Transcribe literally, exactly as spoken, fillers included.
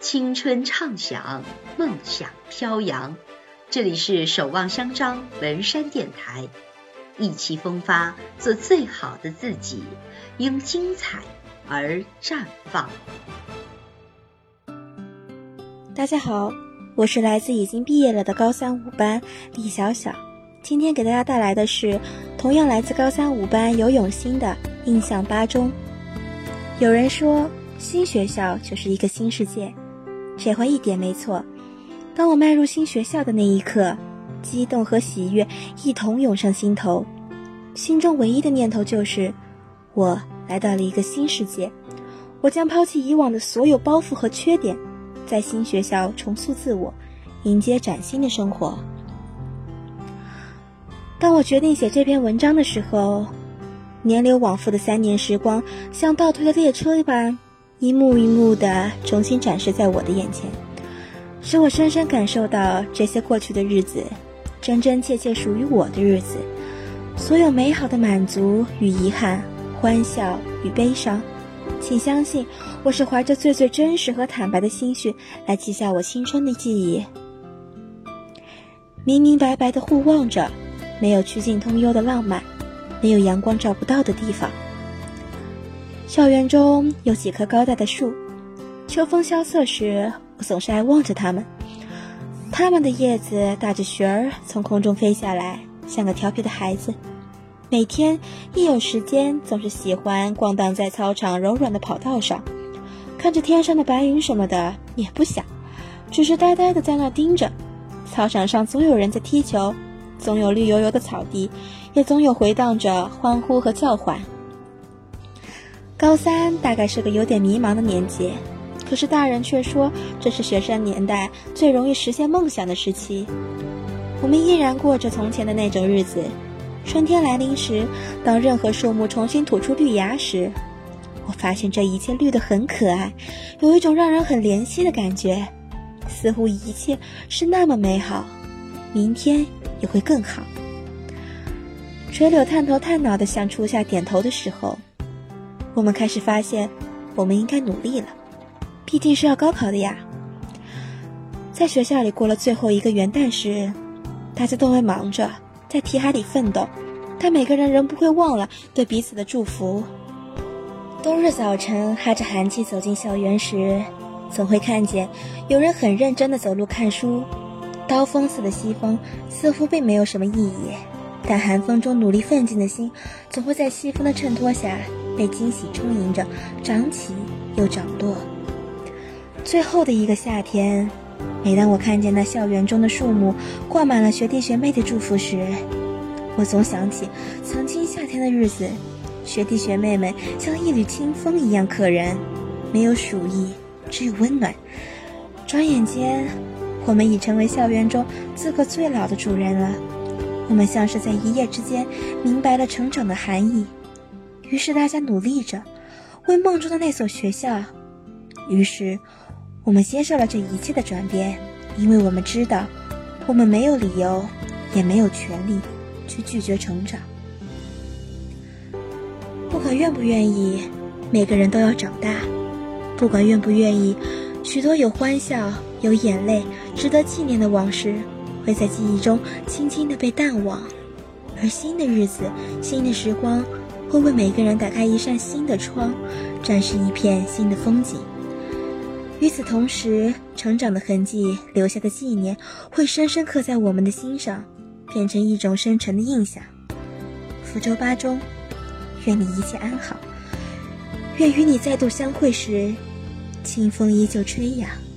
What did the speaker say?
青春畅想，梦想飘扬。这里是守望相张文山电台，意气风发，做最好的自己，因精彩而绽放。 大家好，我是来自已经毕业了的高三五班李小小，今天给大家带来的是同样来自高三五班游泳星的印象八中。有人说新学校就是一个新世界，这话一点没错。当我迈入新学校的那一刻，激动和喜悦一同涌上心头，心中唯一的念头就是我来到了一个新世界，我将抛弃以往的所有包袱和缺点，在新学校重塑自我，迎接崭新的生活。当我决定写这篇文章的时候，年流往复的三年时光像倒退的列车一般，一幕一幕地重新展示在我的眼前，使我深深感受到这些过去的日子真真切切属于我的日子，所有美好的满足与遗憾，欢笑与悲伤，请相信我是怀着最最真实和坦白的心绪来记下我青春的记忆。明明白白地互望着，没有曲径通幽的浪漫，没有阳光照不到的地方。校园中有几棵高大的树，秋风萧瑟时，我总是爱望着它们。它们的叶子打着旋儿从空中飞下来，像个调皮的孩子。每天一有时间，总是喜欢逛荡在操场柔软的跑道上，看着天上的白云什么的，也不想，只是呆呆地在那盯着。操场上总有人在踢球，总有绿油油的草地，也总有回荡着欢呼和叫唤。高三大概是个有点迷茫的年纪，可是大人却说这是学生年代最容易实现梦想的时期。我们依然过着从前的那种日子，春天来临时，当任何树木重新吐出绿芽时，我发现这一切绿得很可爱，有一种让人很怜惜的感觉，似乎一切是那么美好，明天也会更好。垂柳探头探脑地向初夏点头的时候，我们开始发现我们应该努力了，毕竟是要高考的呀。在学校里过了最后一个元旦时，大家都会忙着在题海里奋斗，但每个人仍不会忘了对彼此的祝福。冬日早晨哈着寒气走进校园时，总会看见有人很认真地走路看书。刀锋似的西风似乎并没有什么意义，但寒风中努力奋进的心总会在西风的衬托下被惊喜充盈着，长起又长落。最后的一个夏天，每当我看见那校园中的树木挂满了学弟学妹的祝福时，我总想起曾经夏天的日子，学弟学妹们像一缕清风一样可人，没有暑意，只有温暖。转眼间，我们已成为校园中资格最老的主人了。我们像是在一夜之间明白了成长的含义，于是大家努力着，为梦中的那所学校。于是我们接受了这一切的转变，因为我们知道我们没有理由也没有权利去拒绝成长。不管愿不愿意，每个人都要长大。不管愿不愿意，许多有欢笑有眼泪值得纪念的往事会在记忆中轻轻地被淡忘，而新的日子新的时光会为每个人打开一扇新的窗，展示一片新的风景。与此同时，成长的痕迹留下的纪念会深深刻在我们的心上，变成一种深沉的印象。福州八中，愿你一切安好，愿与你再度相会时，清风依旧吹扬。